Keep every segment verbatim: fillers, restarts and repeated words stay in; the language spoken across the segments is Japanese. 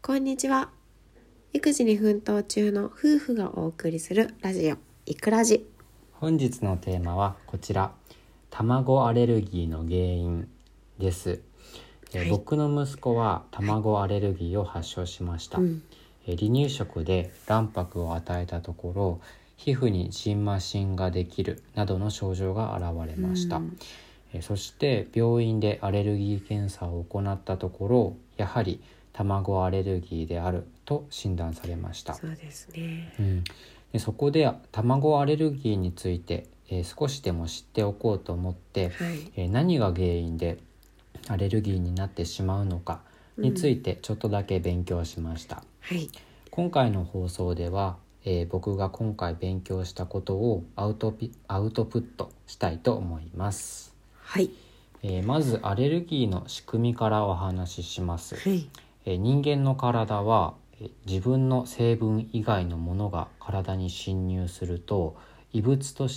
こんにちは。育児に奮闘中の夫婦がお送りするラジオいくラジ。 本日のテーマはこちら、卵アレルギーの原因です、えーはい僕の息子は卵アレルギーを発症しました、 うんえー離乳食で卵白を与えたところ、皮膚にジンマシンができるなどの症状が現れました、 うんえーそして病院でアレルギー検査を行ったところ、やはり卵アレルギーであると診断されました。 そうですね。 うん、でそこで卵アレルギーについて、えー少しでも知っておこうと思って、 はいえー何が原因でアレルギーになってしまうのかについてちょっとだけ勉強しました、 はい。 今回の放送では、えー僕が今回勉強したことをアウトピアウトプットしたいと思います、 はいえーまずアレルギーの仕組みからお話しします、 はいえー人間の体はえー自分の成分以外のものが体に侵入すると異物として、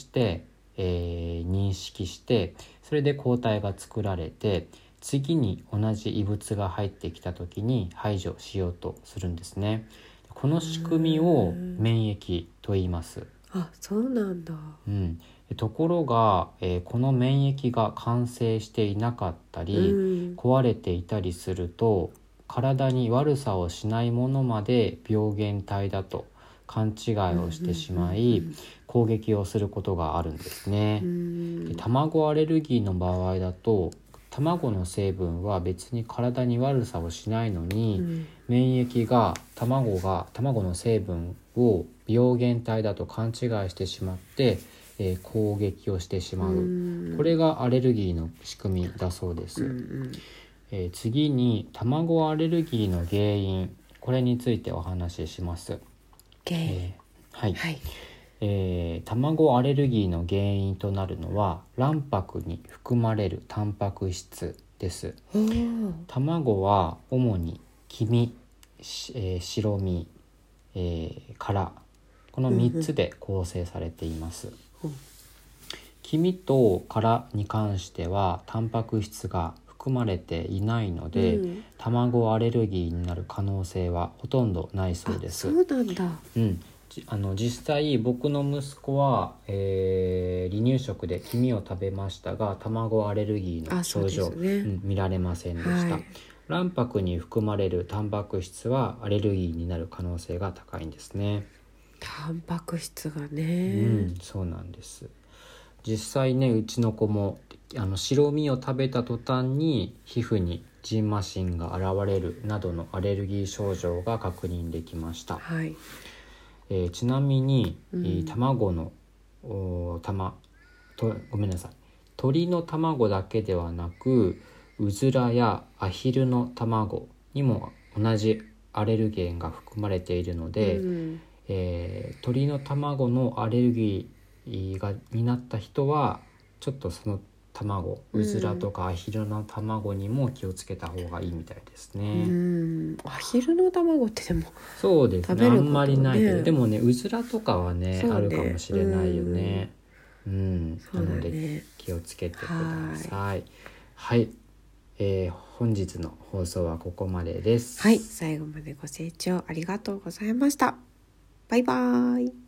えー認識して、それで抗体が作られて、次に同じ異物が入ってきた時に排除しようとするんですね。この仕組みを免疫と言います。 あ、そうなんだ。 うん、ところが、えーこの免疫が完成していなかったり、 うん壊れていたりすると、体に悪さをしないものまで病原体だと勘違いをしてしまい、 うん攻撃をすることがあるんですね。 うんで卵アレルギーの場合だと、卵の成分は別に体に悪さをしないのに、 うん免疫が卵が卵の成分を病原体だと勘違いしてしまって、えー攻撃をしてしまう、 うんこれがアレルギーの仕組みだそうです、 うんえー次に卵アレルギーの原因、これについてお話しします、 原因えーはいはいえー卵アレルギーの原因となるのは卵白に含まれるタンパク質です。 おー卵は主に黄身、しえー白身、えー殻、このみっつで構成されています。 うん黄身と殻に関してはタンパク質が含まれていないので、 うん卵アレルギーになる可能性はほとんどないそうであ、 す。 そうなんだ。 うん、じあの実際僕の息子は、えー離乳食で黄身を食べましたが、卵アレルギーのあ、そう症状、 ですね。 うん見られませんでした、 はい卵白に含まれるタンパク質はアレルギーになる可能性が高いんですね。 タンパク質がうね。 ん、そうなんです。実際ね、うちの子もあの白身を食べた途端に皮膚にジンマシンが現れるなどのアレルギー症状が確認できました。 はい。 えーちなみに、 うんえー卵のお玉とごめんなさい鳥の卵だけではなく、うずらやアヒルの卵にも同じアレルゲンが含まれているので、 うんえー鳥の卵のアレルギーがになった人はちょっとその卵、うずらとかアヒルの卵にも気をつけた方がいいみたいですうね。 ん、アヒルの卵ってでもそうですね、 食べることねあんまりないけど、でもねうずらとかはねそうねあるかもしれないよね。うん、 そうだなのでね。 気をつけてください。はい、えー本日の放送はここまでです。 はい、最後までご清聴ありがとうございました。バイバーイ。